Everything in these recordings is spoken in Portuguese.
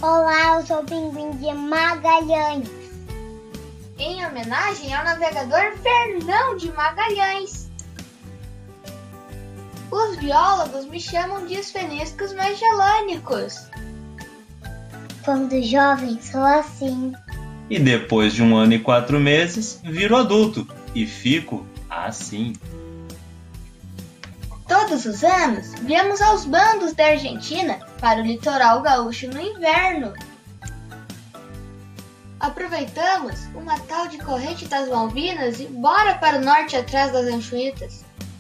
Olá, eu sou o Pinguim de Magalhães. Em homenagem ao navegador Fernão de Magalhães. Os biólogos me chamam de esfeniscos magellânicos. Quando jovem, sou assim. E depois de 1 ano e 4 meses, viro adulto e fico assim. Todos os anos, viemos aos bandos da Argentina para o litoral gaúcho no inverno. Aproveitamos uma tal de corrente das Malvinas e bora para o norte atrás das Anchoitas.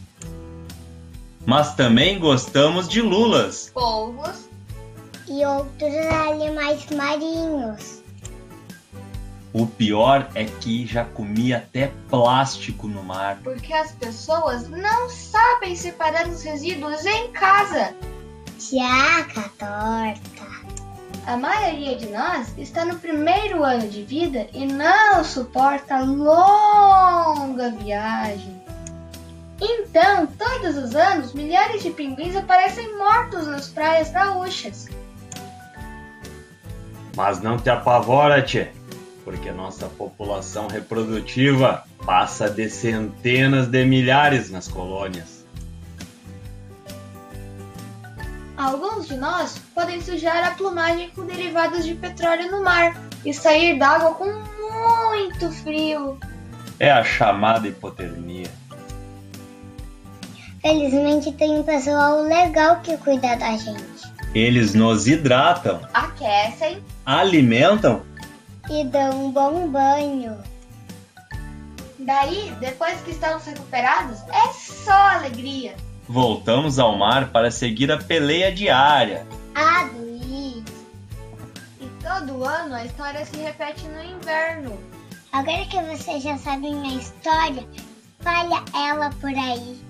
Mas também gostamos de lulas, Polvos E outros animais marinhos. O pior é que já comi até plástico no mar. porque as pessoas não sabem separar os resíduos em casa. Jaca torta. A maioria de nós está no primeiro ano de vida e não suporta longa viagem. Então, todos os anos, milhares de pinguins aparecem mortos nas praias gaúchas. Mas não te apavora, tchê, porque nossa população reprodutiva passa de centenas de milhares nas colônias. Alguns de nós podem sujar a plumagem com derivados de petróleo no mar e sair d'água com muito frio. É a chamada hipotermia. Felizmente tem um pessoal legal que cuida da gente. Eles nos hidratam, Aquecem alimentam E dão um bom banho. Daí, depois que estamos recuperados, é só alegria. Voltamos ao mar para seguir a peleia diária. Ah, Luiz. E todo ano a história se repete no inverno. Agora que você já sabe minha história, fale ela por aí.